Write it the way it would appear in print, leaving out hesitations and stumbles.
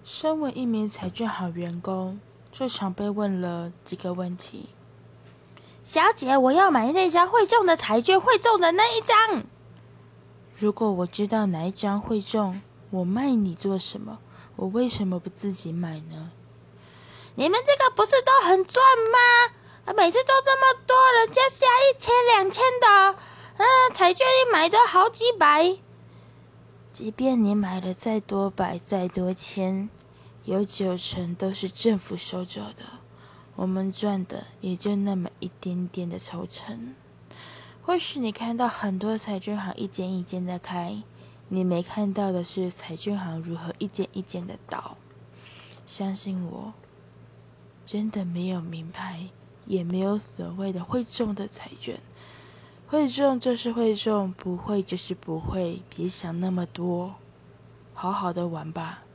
身为一名彩券行员工，最常被问了几个问题。小姐，我要买那张会中的彩券，会中的那一张。如果我知道哪一张会中，我卖你做什么？我为什么不自己买呢？你们这个不是都很赚吗？每次都这么多，人家下1000、2000的，彩券一买都好几百。即便你买了再多百、再多千，有90%都是政府收走的，我们赚的也就那么一点点的抽成。或许你看到很多彩券行一间一间的开，你没看到的是彩券行如何一间一间的倒。相信我，真的没有名牌，也没有所谓的会中的彩券。会中就是会中，不会就是不会，别想那么多，好好的玩吧。